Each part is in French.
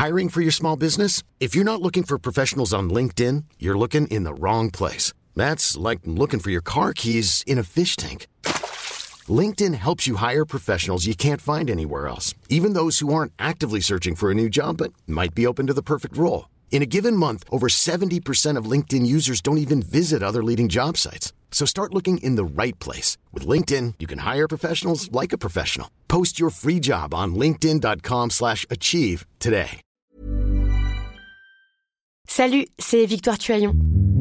Hiring for your small business? If you're not looking for professionals on LinkedIn, you're looking in the wrong place. That's like looking for your car keys in a fish tank. LinkedIn helps you hire professionals you can't find anywhere else, even those who aren't actively searching for a new job but might be open to the perfect role. In a given month, over 70% of LinkedIn users don't even visit other leading job sites. So start looking in the right place. With LinkedIn, you can hire professionals like a professional. Post your free job on linkedin.com/achieve today. Salut, c'est Victoire Tuaillon.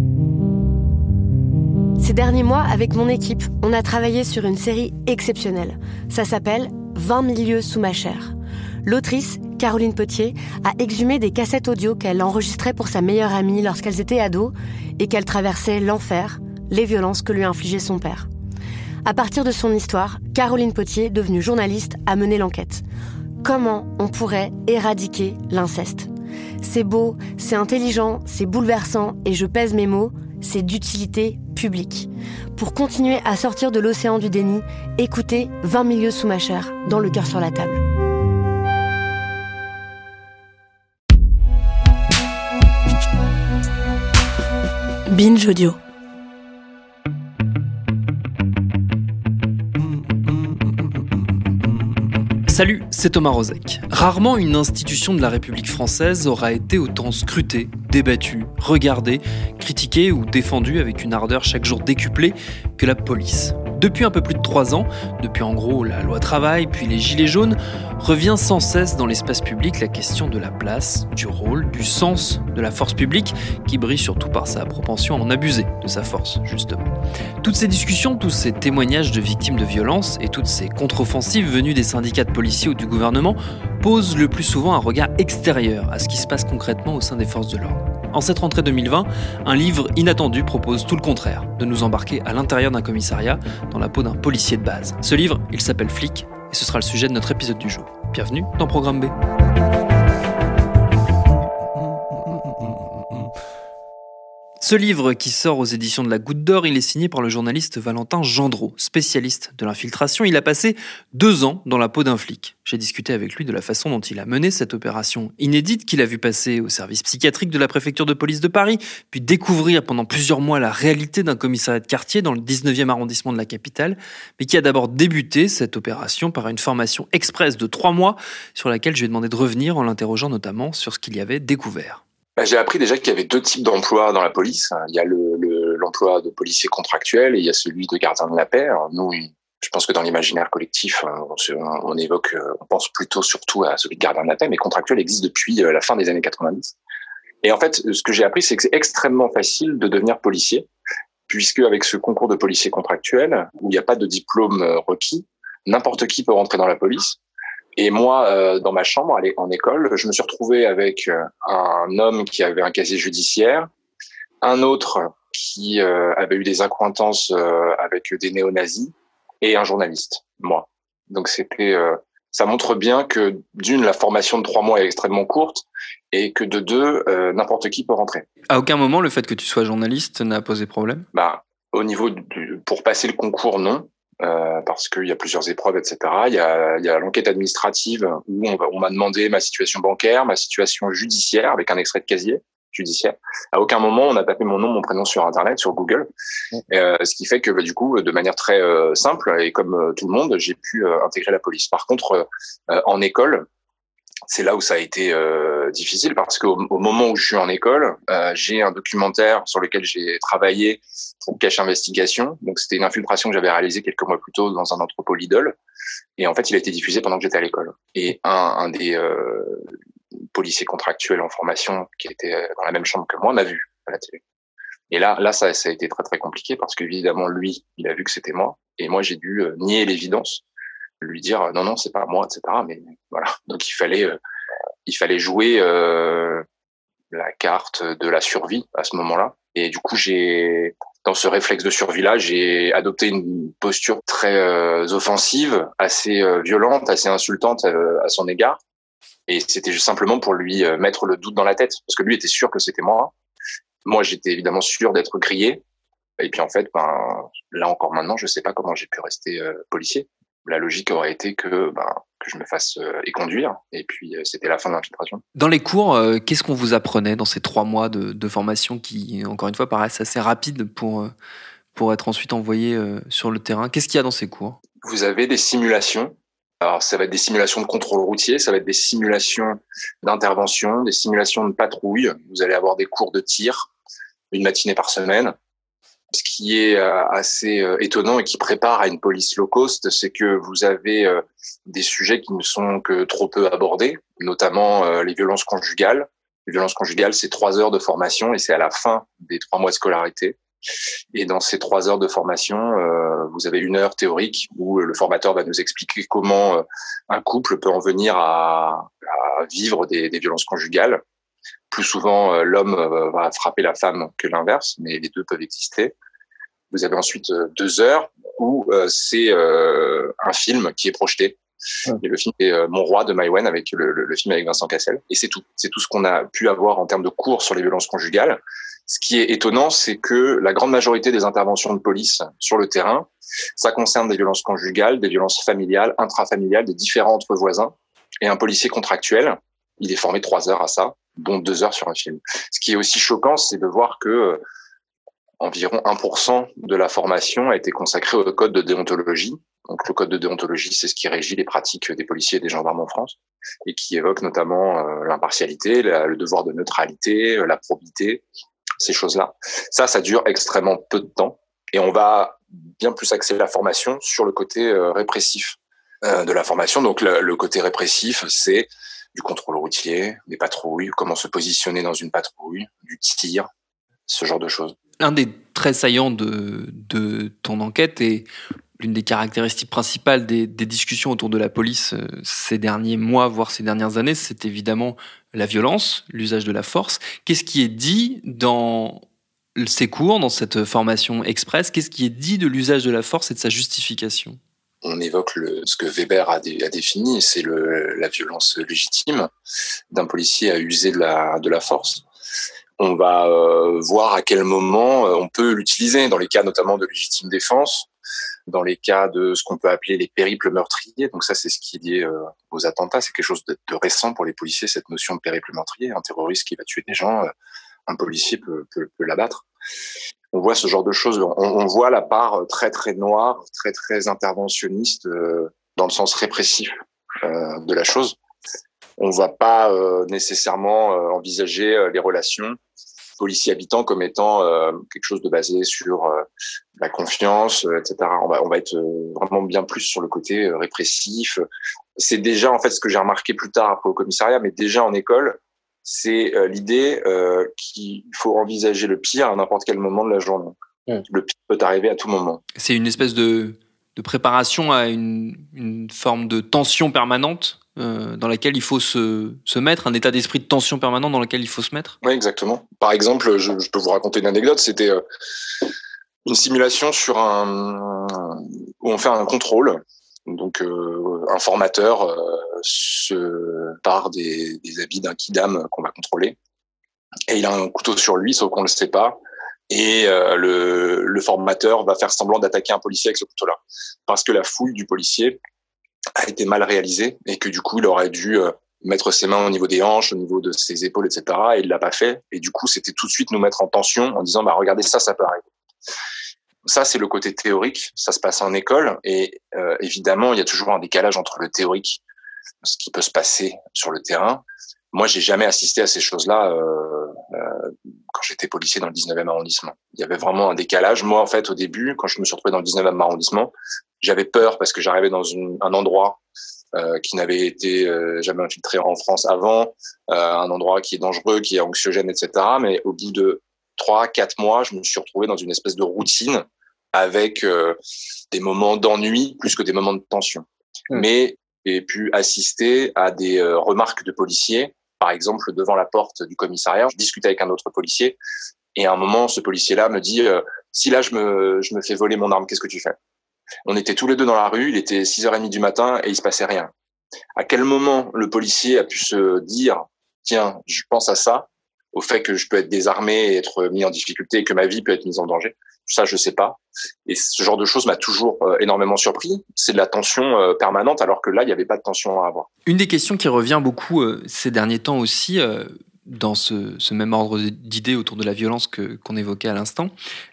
Ces derniers mois, avec mon équipe, on a travaillé sur une série exceptionnelle. Ça s'appelle « 20 000 lieues sous ma chair ». L'autrice, Caroline Potier, a exhumé des cassettes audio qu'elle enregistrait pour sa meilleure amie lorsqu'elles étaient ados et qu'elle traversait l'enfer, les violences que lui infligeait son père. À partir de son histoire, Caroline Potier, devenue journaliste, a mené l'enquête. Comment on pourrait éradiquer l'inceste ? C'est beau, c'est intelligent, c'est bouleversant et je pèse mes mots, c'est d'utilité publique. Pour continuer à sortir de l'océan du déni, écoutez 20 000 lieues sous ma chair, dans Le cœur sur la table. Binge Audio. Salut, c'est Thomas Rozek. Rarement une institution de la République française aura été autant scrutée, débattue, regardée, critiquée ou défendue avec une ardeur chaque jour décuplée que la police. Depuis un peu plus de 3 ans, depuis en gros la loi travail, puis les gilets jaunes, revient sans cesse dans l'espace public la question de la place, du rôle, du sens de la force publique, qui brille surtout par sa propension à en abuser de sa force, justement. Toutes ces discussions, tous ces témoignages de victimes de violences et toutes ces contre-offensives venues des syndicats de policiers ou du gouvernement posent le plus souvent un regard extérieur à ce qui se passe concrètement au sein des forces de l'ordre. En cette rentrée 2020, un livre inattendu propose tout le contraire, de nous embarquer à l'intérieur d'un commissariat dans la peau d'un policier de base. Ce livre, il s'appelle Flic, et ce sera le sujet de notre épisode du jour. Bienvenue dans Programme B. Ce livre, qui sort aux éditions de la Goutte d'Or, il est signé par le journaliste Valentin Gendreau, spécialiste de l'infiltration. Il a passé 2 ans dans la peau d'un flic. J'ai discuté avec lui de la façon dont il a mené cette opération inédite qu'il a vu passer au service psychiatrique de la préfecture de police de Paris, puis découvrir pendant plusieurs mois la réalité d'un commissariat de quartier dans le 19e arrondissement de la capitale, mais qui a d'abord débuté cette opération par une formation express de 3 mois sur laquelle je lui ai demandé de revenir en l'interrogeant notamment sur ce qu'il y avait découvert. J'ai appris déjà qu'il y avait 2 types d'emplois dans la police. Il y a l'emploi de policier contractuel et il y a celui de gardien de la paix. Alors nous, je pense que dans l'imaginaire collectif, on pense plutôt surtout à celui de gardien de la paix, mais contractuel existe depuis la fin des années 90. Et en fait, ce que j'ai appris, c'est que c'est extrêmement facile de devenir policier, puisque avec ce concours de policier contractuel, où il n'y a pas de diplôme requis, n'importe qui peut rentrer dans la police. Et moi, dans ma chambre, en école, je me suis retrouvé avec un homme qui avait un casier judiciaire, un autre qui avait eu des accointances avec des néo-nazis, et un journaliste, moi. Donc ça montre bien que d'une, la formation de 3 mois est extrêmement courte, et que de 2, n'importe qui peut rentrer. À aucun moment, le fait que tu sois journaliste n'a posé problème ? Au niveau pour passer le concours, non. Parce qu'il y a plusieurs épreuves, etc. Il y a l'enquête administrative où on m'a demandé ma situation bancaire, ma situation judiciaire avec un extrait de casier judiciaire. À aucun moment on a tapé mon nom, mon prénom sur Internet, sur Google. Ce qui fait que du coup, de manière très simple et comme tout le monde, j'ai pu intégrer la police. Par contre, en école, c'est là où ça a été difficile parce qu'au moment où je suis en école, j'ai un documentaire sur lequel j'ai travaillé pour Cache Investigation. Donc c'était une infiltration que j'avais réalisée quelques mois plus tôt dans un entrepôt Lidl. Et en fait, il a été diffusé pendant que j'étais à l'école. Et un des policiers contractuels en formation qui était dans la même chambre que moi m'a vu à la télé. Et là, ça a été très très compliqué parce qu'évidemment lui, il a vu que c'était moi. Et moi, j'ai dû nier l'évidence, lui dire non, c'est pas moi, etc. Mais voilà. Donc il fallait jouer la carte de la survie à ce moment-là. Et du coup, dans ce réflexe de survie-là, j'ai adopté une posture très offensive, assez violente, assez insultante à son égard. Et c'était juste simplement pour lui mettre le doute dans la tête, parce que lui était sûr que c'était moi. Moi, j'étais évidemment sûr d'être grillé. Et puis en fait, là encore maintenant, je sais pas comment j'ai pu rester policier. la logique aurait été que je me fasse éconduire, et puis c'était la fin de l'infiltration. Dans les cours, qu'est-ce qu'on vous apprenait dans ces 3 mois de formation qui, encore une fois, paraissent assez rapides pour être ensuite envoyé sur le terrain? Qu'est-ce qu'il y a dans ces cours? Vous avez des simulations. Alors, ça va être des simulations de contrôle routier, ça va être des simulations d'intervention, des simulations de patrouille. Vous allez avoir des cours de tir, une matinée par semaine. Ce qui est assez étonnant et qui prépare à une police low cost, c'est que vous avez des sujets qui ne sont que trop peu abordés, notamment les violences conjugales. Les violences conjugales, c'est 3 heures de formation et c'est à la fin des 3 mois de scolarité. Et dans ces 3 heures de formation, vous avez 1 heure théorique où le formateur va nous expliquer comment un couple peut en venir à vivre des violences conjugales. Plus souvent, l'homme va frapper la femme que l'inverse, mais les deux peuvent exister. Vous avez ensuite 2 heures où c'est un film qui est projeté. Et le film est Mon Roi de Maïwenn, avec le film avec Vincent Cassel. Et c'est tout. C'est tout ce qu'on a pu avoir en termes de cours sur les violences conjugales. Ce qui est étonnant, c'est que la grande majorité des interventions de police sur le terrain, ça concerne des violences conjugales, des violences familiales, intrafamiliales, des différends entre voisins. Et un policier contractuel, il est formé 3 heures à ça, dont 2 heures sur un film. Ce qui est aussi choquant, c'est de voir que environ 1% de la formation a été consacrée au code de déontologie. Donc, le code de déontologie, c'est ce qui régit les pratiques des policiers et des gendarmes en France et qui évoque notamment l'impartialité, le devoir de neutralité, la probité, ces choses-là. Ça dure extrêmement peu de temps et on va bien plus axer la formation sur le côté répressif de la formation. Donc, le côté répressif, c'est du contrôle routier, des patrouilles, comment se positionner dans une patrouille, du tir, ce genre de choses. Un des traits saillants de ton enquête et l'une des caractéristiques principales des discussions autour de la police ces derniers mois, voire ces dernières années, c'est évidemment la violence, l'usage de la force. Qu'est-ce qui est dit dans ces cours, dans cette formation express? Qu'est-ce qui est dit de l'usage de la force et de sa justification? On évoque ce que Weber a défini, c'est la violence légitime d'un policier à user de la force. On va voir à quel moment on peut l'utiliser, dans les cas notamment de légitime défense, dans les cas de ce qu'on peut appeler les périples meurtriers. Donc ça, c'est ce qui est lié aux attentats. C'est quelque chose de récent pour les policiers, cette notion de périple meurtrier. Un terroriste qui va tuer des gens, un policier peut l'abattre. On voit ce genre de choses. On voit la part très, très noire, très, très interventionniste dans le sens répressif de la chose. On ne va pas nécessairement envisager les relations policiers-habitants comme étant quelque chose de basé sur la confiance, etc. On va être vraiment bien plus sur le côté répressif. C'est déjà, en fait, ce que j'ai remarqué plus tard après au commissariat, mais déjà en école, c'est l'idée qu'il faut envisager le pire à n'importe quel moment de la journée. Le pire peut arriver à tout moment. C'est une espèce de préparation à une forme de tension permanente dans laquelle il faut se mettre, un état d'esprit de tension permanent dans lequel il faut se mettre? Oui, exactement. Par exemple, je peux vous raconter une anecdote. C'était une simulation sur où on fait un contrôle. Donc, un formateur se part des habits d'un kidam qu'on va contrôler. Et il a un couteau sur lui, sauf qu'on ne le sait pas. Et le formateur va faire semblant d'attaquer un policier avec ce couteau-là. Parce que la fouille du policier a été mal réalisée et que du coup, il aurait dû mettre ses mains au niveau des hanches, au niveau de ses épaules, etc. Et il l'a pas fait. Et du coup, c'était tout de suite nous mettre en tension en disant, regardez, ça peut arriver. Ça, c'est le côté théorique. Ça se passe en école. Et évidemment, il y a toujours un décalage entre le théorique, ce qui peut se passer sur le terrain. Moi, j'ai jamais assisté à ces choses-là quand j'étais policier dans le 19e arrondissement. Il y avait vraiment un décalage. Moi, en fait, au début, quand je me suis retrouvé dans le 19e arrondissement, j'avais peur parce que j'arrivais dans un endroit qui n'avait été jamais infiltré en France avant, un endroit qui est dangereux, qui est anxiogène, etc. Mais au bout de 3-4 mois, je me suis retrouvé dans une espèce de routine avec des moments d'ennui plus que des moments de tension. Mais j'ai pu assister à des remarques de policiers. Par exemple, devant la porte du commissariat, je discutais avec un autre policier et à un moment, ce policier-là me dit si là, je me fais voler mon arme, qu'est-ce que tu fais? On était tous les deux dans la rue, il était 6h30 du matin et il se passait rien. À quel moment le policier a pu se dire tiens, je pense à ça, au fait que je peux être désarmé et être mis en difficulté et que ma vie peut être mise en danger? Ça, je sais pas. Et ce genre de choses m'a toujours énormément surpris. C'est de la tension permanente, alors que là, il n'y avait pas de tension à avoir. Une des questions qui revient beaucoup ces derniers temps aussi, dans ce même ordre d'idées autour de la violence qu'on évoquait à l'instant,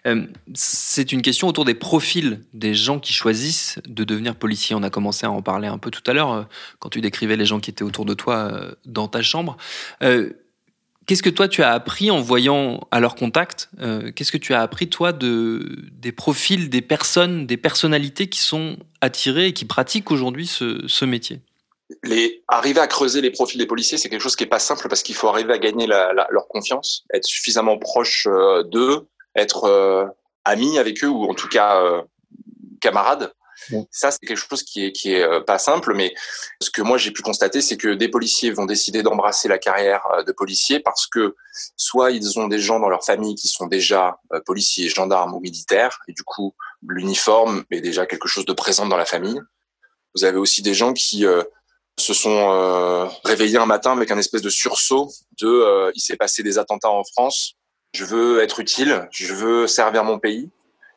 c'est une question autour des profils des gens qui choisissent de devenir policiers. On a commencé à en parler un peu tout à l'heure, quand tu décrivais les gens qui étaient autour de toi dans ta chambre. Qu'est-ce que toi tu as appris en voyant à leur contact qu'est-ce que tu as appris toi des profils des personnes, des personnalités qui sont attirées et qui pratiquent aujourd'hui ce métier? Arriver à creuser les profils des policiers, c'est quelque chose qui est pas simple parce qu'il faut arriver à gagner leur confiance, être suffisamment proche d'eux, être ami avec eux ou en tout cas camarade. Bon. Ça, c'est quelque chose qui est pas simple, mais ce que moi j'ai pu constater, c'est que des policiers vont décider d'embrasser la carrière de policier parce que soit ils ont des gens dans leur famille qui sont déjà policiers, gendarmes ou militaires, et du coup l'uniforme est déjà quelque chose de présent dans la famille. Vous avez aussi des gens qui se sont réveillés un matin avec un espèce de sursaut il s'est passé des attentats en France, je veux être utile, je veux servir mon pays.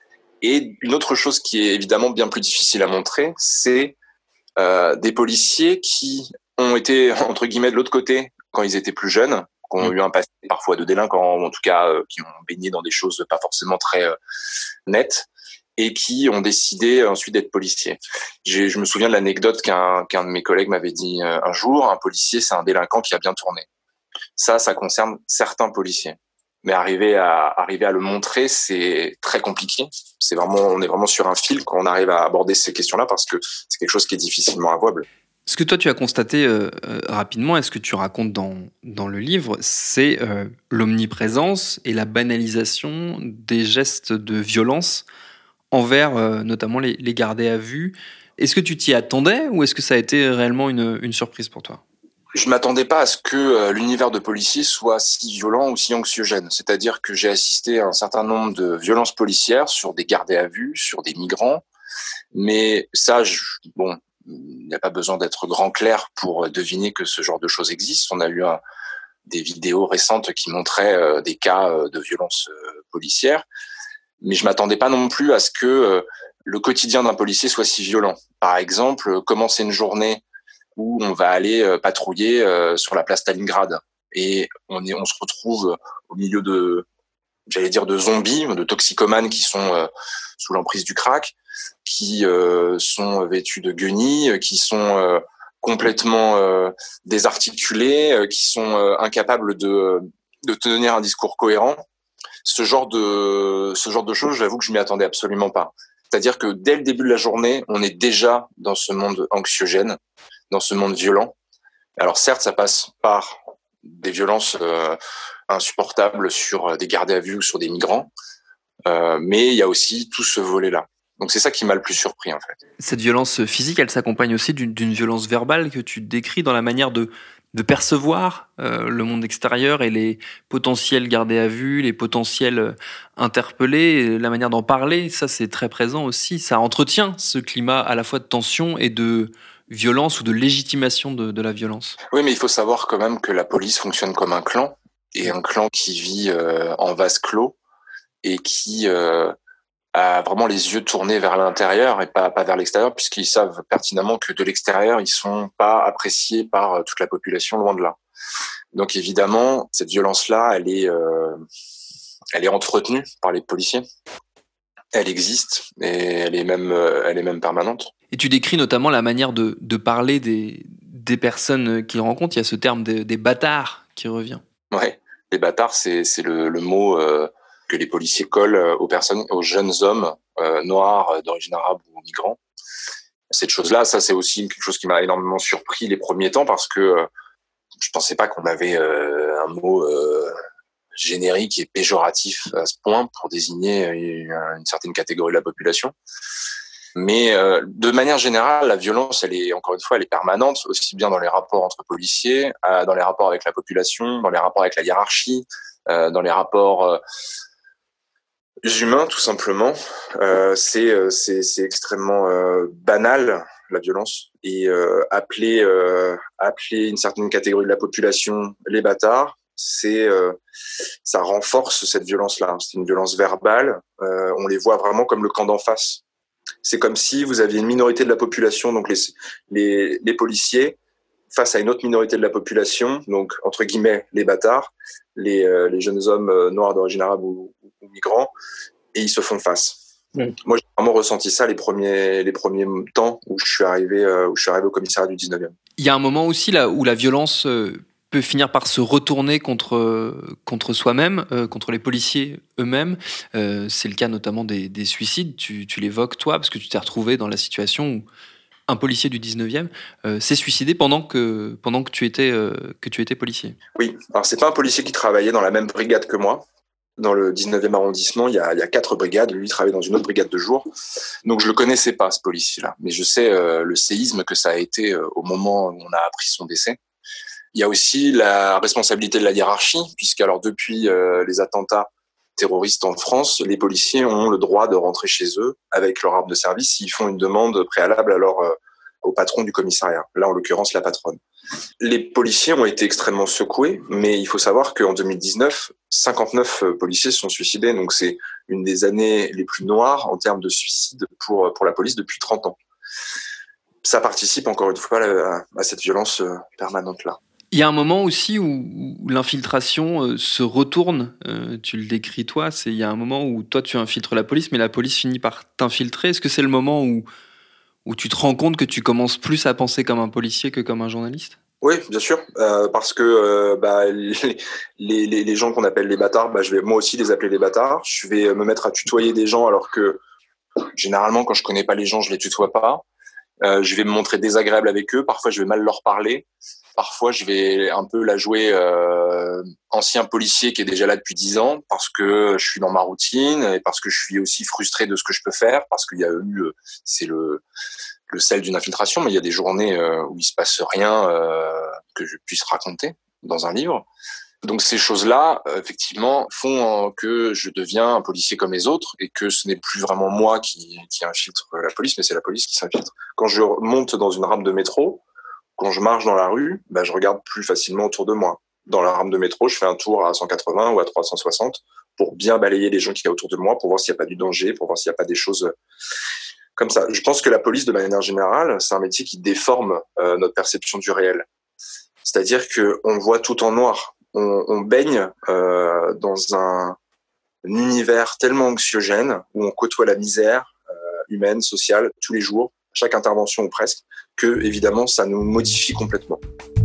Et une autre chose qui est évidemment bien plus difficile à montrer, c'est des policiers qui ont été, entre guillemets, de l'autre côté quand ils étaient plus jeunes, qui ont eu un passé parfois de délinquants, ou en tout cas qui ont baigné dans des choses pas forcément très nettes, et qui ont décidé ensuite d'être policiers. Je me souviens de l'anecdote qu'un de mes collègues m'avait dit un jour, un policier, c'est un délinquant qui a bien tourné. Ça concerne certains policiers. Mais arriver à le montrer, c'est très compliqué. On est vraiment sur un fil quand on arrive à aborder ces questions-là parce que c'est quelque chose qui est difficilement avouable. Ce que toi tu as constaté rapidement et ce que tu racontes dans le livre, c'est l'omniprésence et la banalisation des gestes de violence envers notamment les gardés à vue. Est-ce que tu t'y attendais ou est-ce que ça a été réellement une surprise pour toi ? Je m'attendais pas à ce que l'univers de policiers soit si violent ou si anxiogène. C'est-à-dire que j'ai assisté à un certain nombre de violences policières sur des gardés à vue, sur des migrants. Mais ça, il n'y a pas besoin d'être grand clair pour deviner que ce genre de choses existe. On a eu des vidéos récentes qui montraient des cas de violences policières. Mais je m'attendais pas non plus à ce que le quotidien d'un policier soit si violent. Par exemple, commencer une journée où on va aller patrouiller sur la place Stalingrad et on se retrouve au milieu de zombies, de toxicomanes qui sont sous l'emprise du crack, qui sont vêtus de guenilles, qui sont complètement désarticulés, qui sont incapables de tenir un discours cohérent. Ce genre de choses, j'avoue que je m'y attendais absolument pas. C'est-à-dire que dès le début de la journée, on est déjà dans ce monde anxiogène, dans ce monde violent. Alors certes, ça passe par des violences insupportables sur des gardés à vue ou sur des migrants, mais il y a aussi tout ce volet-là. Donc c'est ça qui m'a le plus surpris en fait. Cette violence physique, elle s'accompagne aussi d'une violence verbale que tu décris dans la manière de percevoir le monde extérieur et les potentiels gardés à vue, les potentiels interpellés, la manière d'en parler, ça c'est très présent aussi. Ça entretient ce climat à la fois de tension et de violence ou de légitimation de la violence. Oui, mais il faut savoir quand même que la police fonctionne comme un clan, et un clan qui vit en vase clos et qui a vraiment les yeux tournés vers l'intérieur et pas vers l'extérieur, puisqu'ils savent pertinemment que de l'extérieur, ils sont pas appréciés par toute la population, loin de là. Donc évidemment, cette violence-là, elle est entretenue par les policiers. Elle existe et elle est même permanente. Et tu décris notamment la manière de parler des personnes qu'ils rencontrent. Il y a ce terme des bâtards qui revient. Ouais, les bâtards, c'est le mot que les policiers collent aux jeunes hommes noirs d'origine arabe ou migrants. Cette chose-là, ça c'est aussi quelque chose qui m'a énormément surpris les premiers temps parce que je pensais pas qu'on avait un mot générique et péjoratif à ce point pour désigner une certaine catégorie de la population. Mais de manière générale, la violence, elle est permanente, aussi bien dans les rapports entre policiers, dans les rapports avec la population, dans les rapports avec la hiérarchie, dans les rapports humains, tout simplement. C'est extrêmement banal, la violence, et appeler une certaine catégorie de la population les bâtards, Ça renforce cette violence-là. C'est une violence verbale. On les voit vraiment comme le camp d'en face. C'est comme si vous aviez une minorité de la population, donc les policiers, face à une autre minorité de la population, donc entre guillemets les bâtards, les jeunes hommes noirs d'origine arabe ou migrants, et ils se font face. Moi, j'ai vraiment ressenti ça les premiers temps où je suis arrivé au commissariat du 19e. Il y a un moment aussi là où la violence peut finir par se retourner contre soi-même, contre les policiers eux-mêmes. C'est le cas notamment des suicides. Tu l'évoques toi, parce que tu t'es retrouvé dans la situation où un policier du 19e s'est suicidé pendant que tu étais policier. Oui, alors c'est pas un policier qui travaillait dans la même brigade que moi. Dans le 19e arrondissement, il y a 4 brigades. Lui, il travaillait dans une autre brigade de jour. Donc, je le connaissais pas, ce policier-là. Mais je sais le séisme que ça a été au moment où on a appris son décès. Il y a aussi la responsabilité de la hiérarchie, puisque alors depuis les attentats terroristes en France, les policiers ont le droit de rentrer chez eux avec leur arme de service s'ils font une demande préalable au patron du commissariat. Là, en l'occurrence, la patronne. Les policiers ont été extrêmement secoués, mais il faut savoir qu'en 2019, 59 policiers se sont suicidés. Donc, c'est une des années les plus noires en termes de suicides pour la police depuis 30 ans. Ça participe encore une fois à cette violence permanente-là. Il y a un moment aussi où l'infiltration se retourne, tu le décris toi, il y a un moment où toi tu infiltres la police, mais la police finit par t'infiltrer. Est-ce que c'est le moment où tu te rends compte que tu commences plus à penser comme un policier que comme un journaliste ? Oui, bien sûr, parce que les gens qu'on appelle les bâtards, je vais moi aussi les appeler les bâtards. Je vais me mettre à tutoyer des gens alors que généralement quand je connais pas les gens, je les tutoie pas. Je vais me montrer désagréable avec eux. Parfois, je vais mal leur parler. Parfois, je vais un peu la jouer ancien policier qui est déjà là depuis 10 ans parce que je suis dans ma routine et parce que je suis aussi frustré de ce que je peux faire parce qu'il y a eu, c'est le sel d'une infiltration, mais il y a des journées où il se passe rien que je puisse raconter dans un livre. Donc ces choses-là, effectivement, font que je deviens un policier comme les autres et que ce n'est plus vraiment moi qui infiltre la police, mais c'est la police qui s'infiltre. Quand je monte dans une rame de métro, quand je marche dans la rue, je regarde plus facilement autour de moi. Dans la rame de métro, je fais un tour à 180 ou à 360 pour bien balayer les gens qu'il y a autour de moi, pour voir s'il n'y a pas du danger, pour voir s'il n'y a pas des choses comme ça. Je pense que la police, de manière générale, c'est un métier qui déforme notre perception du réel. C'est-à-dire qu'on voit tout en noir. On baigne dans un univers tellement anxiogène où on côtoie la misère humaine, sociale, tous les jours, chaque intervention ou presque, que évidemment ça nous modifie complètement.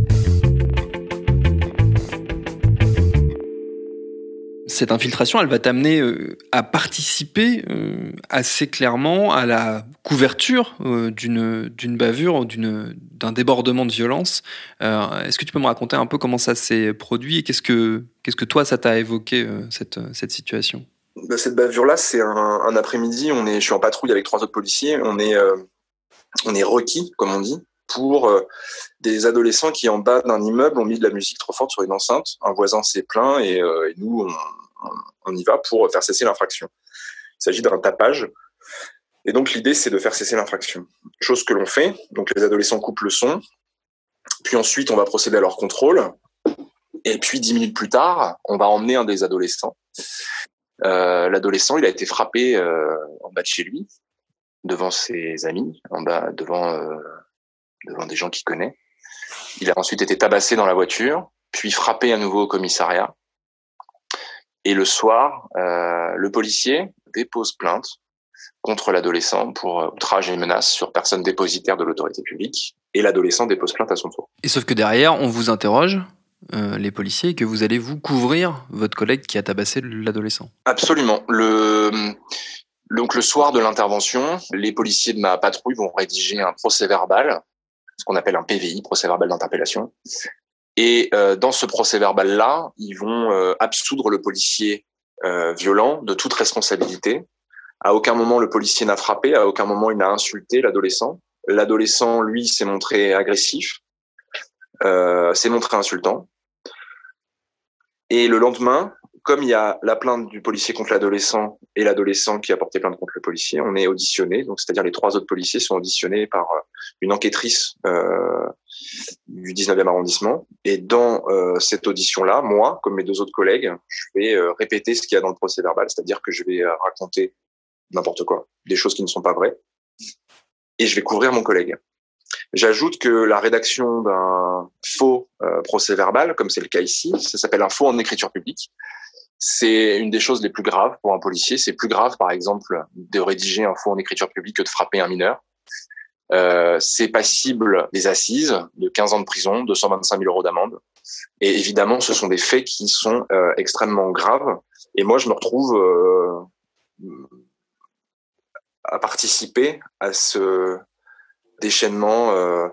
Cette infiltration, elle va t'amener à participer assez clairement à la couverture d'une bavure, d'un débordement de violence. Est-ce que tu peux me raconter un peu comment ça s'est produit et qu'est-ce que toi, ça t'a évoqué, cette situation ? Cette bavure-là, c'est un après-midi. Je suis en patrouille avec 3 autres policiers. On est requis, comme on dit, pour des adolescents qui, en bas d'un immeuble, ont mis de la musique trop forte sur une enceinte. Un voisin s'est plaint et nous, on y va pour faire cesser l'infraction. Il s'agit d'un tapage. Et donc, l'idée, c'est de faire cesser l'infraction. Chose que l'on fait. Donc, les adolescents coupent le son. Puis ensuite, on va procéder à leur contrôle. Et puis, 10 minutes plus tard, on va emmener un des adolescents. L'adolescent, il a été frappé en bas de chez lui, devant ses amis, en bas, devant des gens qu'il connaît. Il a ensuite été tabassé dans la voiture, puis frappé à nouveau au commissariat. Et le soir, le policier dépose plainte contre l'adolescent pour outrage et menace sur personne dépositaire de l'autorité publique. Et l'adolescent dépose plainte à son tour. Et sauf que derrière, on vous interroge, les policiers, et que vous allez vous couvrir votre collègue qui a tabassé l'adolescent. Absolument. Donc le soir de l'intervention, les policiers de ma patrouille vont rédiger un procès-verbal, ce qu'on appelle un PVI, procès-verbal d'interpellation. Et dans ce procès-verbal-là, ils vont absoudre le policier violent de toute responsabilité. À aucun moment le policier n'a frappé, à aucun moment il n'a insulté l'adolescent. L'adolescent, lui, s'est montré agressif, s'est montré insultant. Et le lendemain, comme il y a la plainte du policier contre l'adolescent et l'adolescent qui a porté plainte contre le policier, on est auditionné, donc c'est-à-dire les 3 autres policiers sont auditionnés par une enquêtrice du 19e arrondissement. Et dans cette audition-là, moi, comme mes 2 autres collègues, je vais répéter ce qu'il y a dans le procès-verbal, c'est-à-dire que je vais raconter n'importe quoi, des choses qui ne sont pas vraies, et je vais couvrir mon collègue. J'ajoute que la rédaction d'un faux procès-verbal, comme c'est le cas ici, ça s'appelle un faux en écriture publique. C'est une des choses les plus graves pour un policier. C'est plus grave, par exemple, de rédiger un faux en écriture publique que de frapper un mineur. C'est passible des assises, de 15 ans de prison, 225 000 € d'amende. Et évidemment, ce sont des faits qui sont extrêmement graves. Et moi, je me retrouve à participer à ce déchaînement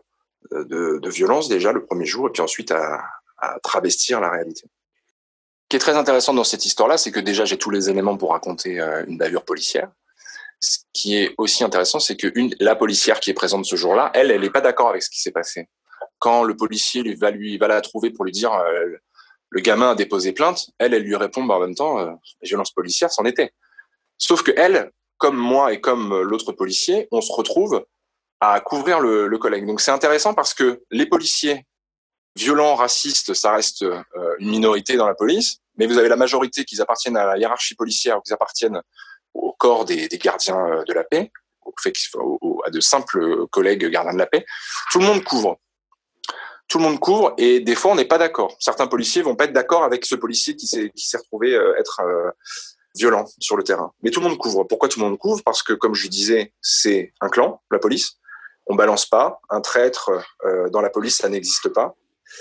de violence déjà le premier jour, et puis ensuite à travestir la réalité. Ce qui est très intéressant dans cette histoire-là, c'est que déjà j'ai tous les éléments pour raconter une bavure policière. Ce qui est aussi intéressant, c'est que la policière qui est présente ce jour-là, elle n'est pas d'accord avec ce qui s'est passé. Quand le policier va la trouver pour lui dire le gamin a déposé plainte, elle lui répond en même temps les violences policières, c'en était. Sauf que elle, comme moi et comme l'autre policier, on se retrouve à couvrir le collègue. Donc c'est intéressant parce que les policiers violents, racistes, ça reste une minorité dans la police, mais vous avez la majorité qui appartiennent à la hiérarchie policière, qui appartiennent au corps des gardiens de la paix, à de simples collègues gardiens de la paix. Tout le monde couvre. Tout le monde couvre, et des fois on n'est pas d'accord. Certains policiers vont pas être d'accord avec ce policier qui s'est retrouvé être violent sur le terrain. Mais tout le monde couvre. Pourquoi tout le monde couvre ? Parce que, comme je disais, c'est un clan, la police. On balance pas. Un traître dans la police, ça n'existe pas.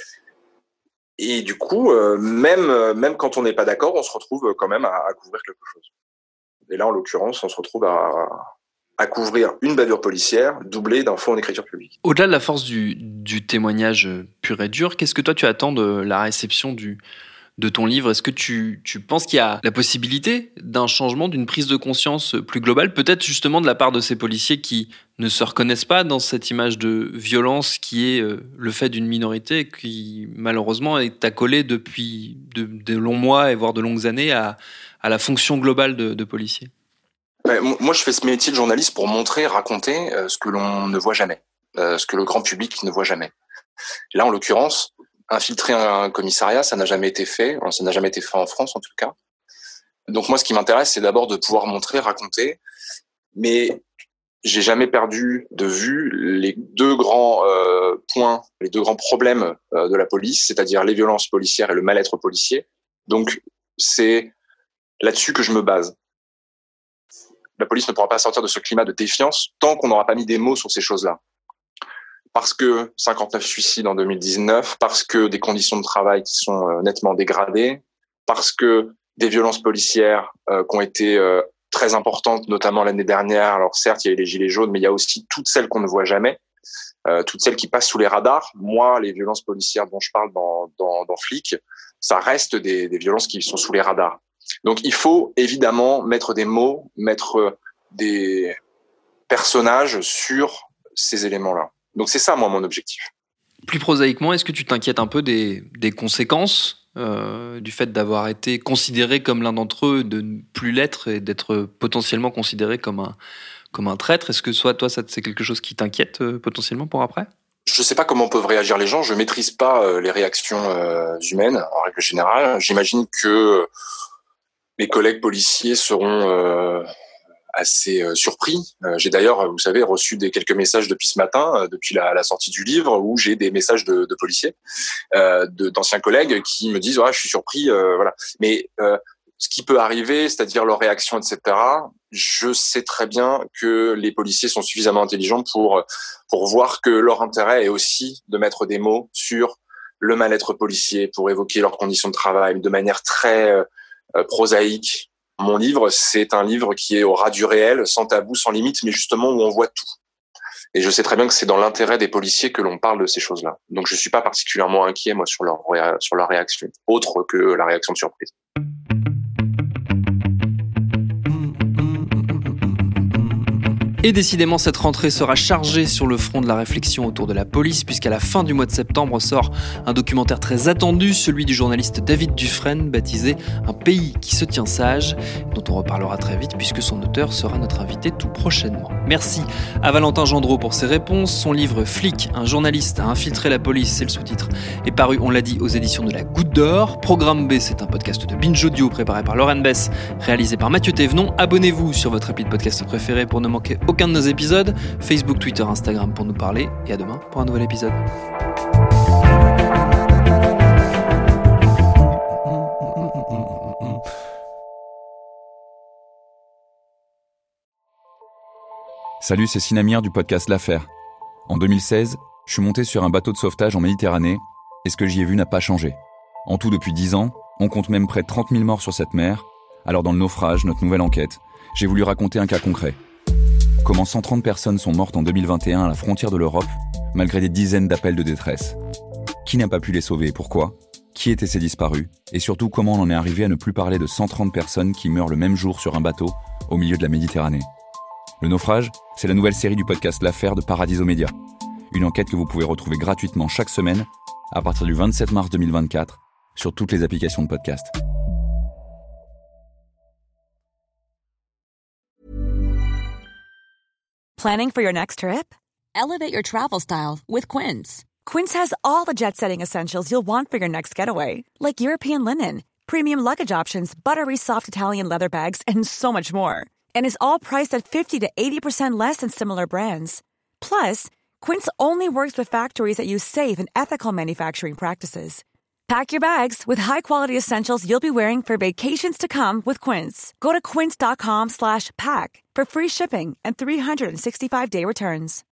Et du coup, même quand on n'est pas d'accord, on se retrouve quand même à couvrir quelque chose. Et là, en l'occurrence, on se retrouve à couvrir une bavure policière doublée d'un faux en écriture publique. Au-delà de la force du témoignage pur et dur, qu'est-ce que toi tu attends de la réception de ton livre ? Est-ce que tu penses qu'il y a la possibilité d'un changement, d'une prise de conscience plus globale, peut-être justement de la part de ces policiers qui ne se reconnaissent pas dans cette image de violence qui est le fait d'une minorité qui malheureusement est accolée depuis de longs mois et voire de longues années à la fonction globale de policier ? Moi, je fais ce métier de journaliste pour montrer, raconter ce que l'on ne voit jamais, ce que le grand public ne voit jamais. Là, en l'occurrence, infiltrer un commissariat, ça n'a jamais été fait. Ça n'a jamais été fait en France, en tout cas. Donc moi, ce qui m'intéresse, c'est d'abord de pouvoir montrer, raconter. Mais j'ai jamais perdu de vue les 2 grands points, les 2 grands problèmes de la police, c'est-à-dire les violences policières et le mal-être policier. Donc c'est là-dessus que je me base. La police ne pourra pas sortir de ce climat de défiance tant qu'on n'aura pas mis des mots sur ces choses-là. Parce que 59 suicides en 2019, parce que des conditions de travail qui sont nettement dégradées, parce que des violences policières qui ont été très importantes, notamment l'année dernière. Alors certes, il y a eu les gilets jaunes, mais il y a aussi toutes celles qu'on ne voit jamais, toutes celles qui passent sous les radars. Moi, les violences policières dont je parle dans Flic, ça reste des violences qui sont sous les radars. Donc il faut évidemment mettre des mots, mettre des personnages sur ces éléments-là. Donc c'est ça, moi, mon objectif. Plus prosaïquement, est-ce que tu t'inquiètes un peu des conséquences du fait d'avoir été considéré comme l'un d'entre eux, de ne plus l'être et d'être potentiellement considéré comme un traître ? Est-ce que toi, ça, c'est quelque chose qui t'inquiète potentiellement pour après ? Je ne sais pas comment peuvent réagir les gens. Je ne maîtrise pas les réactions humaines, en règle générale. J'imagine que mes collègues policiers seront assez surpris. J'ai d'ailleurs, vous savez, reçu quelques messages depuis ce matin, depuis la sortie du livre, où j'ai des messages de policiers, d'anciens collègues qui me disent « je suis surpris ». Voilà. Mais ce qui peut arriver, c'est-à-dire leur réaction, etc., je sais très bien que les policiers sont suffisamment intelligents pour voir que leur intérêt est aussi de mettre des mots sur le mal-être policier, pour évoquer leurs conditions de travail de manière très prosaïque. Mon livre, c'est un livre qui est au ras du réel, sans tabou, sans limite, mais justement où on voit tout. Et je sais très bien que c'est dans l'intérêt des policiers que l'on parle de ces choses-là. Donc je suis pas particulièrement inquiet, moi, sur leur réaction, autre que la réaction de surprise. Et décidément, cette rentrée sera chargée sur le front de la réflexion autour de la police, puisqu'à la fin du mois de septembre sort un documentaire très attendu, celui du journaliste David Dufresne, baptisé « Un pays qui se tient sage », dont on reparlera très vite, puisque son auteur sera notre invité tout prochainement. Merci à Valentin Gendreau pour ses réponses. Son livre « Flic, un journaliste a infiltré la police », c'est le sous-titre, est paru, on l'a dit, aux éditions de la Goutte d'Or. Programme B, c'est un podcast de Binge Audio préparé par Lauren Bess, réalisé par Mathieu Thévenon. Abonnez-vous sur votre appli de podcast préféré pour ne manquer aucun de nos épisodes. Facebook, Twitter, Instagram pour nous parler. Et à demain pour un nouvel épisode. Salut, c'est Sinamir du podcast L'Affaire. En 2016, je suis monté sur un bateau de sauvetage en Méditerranée et ce que j'y ai vu n'a pas changé. En tout, depuis 10 ans, on compte même près de 30 000 morts sur cette mer. Alors dans le naufrage, notre nouvelle enquête, j'ai voulu raconter un cas concret. Comment 130 personnes sont mortes en 2021 à la frontière de l'Europe, malgré des dizaines d'appels de détresse. Qui n'a pas pu les sauver et pourquoi ? Qui étaient ces disparus ? Et surtout, comment on en est arrivé à ne plus parler de 130 personnes qui meurent le même jour sur un bateau au milieu de la Méditerranée ? Le naufrage, c'est la nouvelle série du podcast L'Affaire de Paradiso Média. Une enquête que vous pouvez retrouver gratuitement chaque semaine à partir du 27 mars 2024 sur toutes les applications de podcast. Planning for your next trip? Elevate your travel style with Quince. Quince has all the jet-setting essentials you'll want for your next getaway, like European linen, premium luggage options, buttery soft Italian leather bags, and so much more. And is all priced at 50 to 80% less than similar brands. Plus, Quince only works with factories that use safe and ethical manufacturing practices. Pack your bags with high-quality essentials you'll be wearing for vacations to come with Quince. Go to quince.com/pack for free shipping and 365-day returns.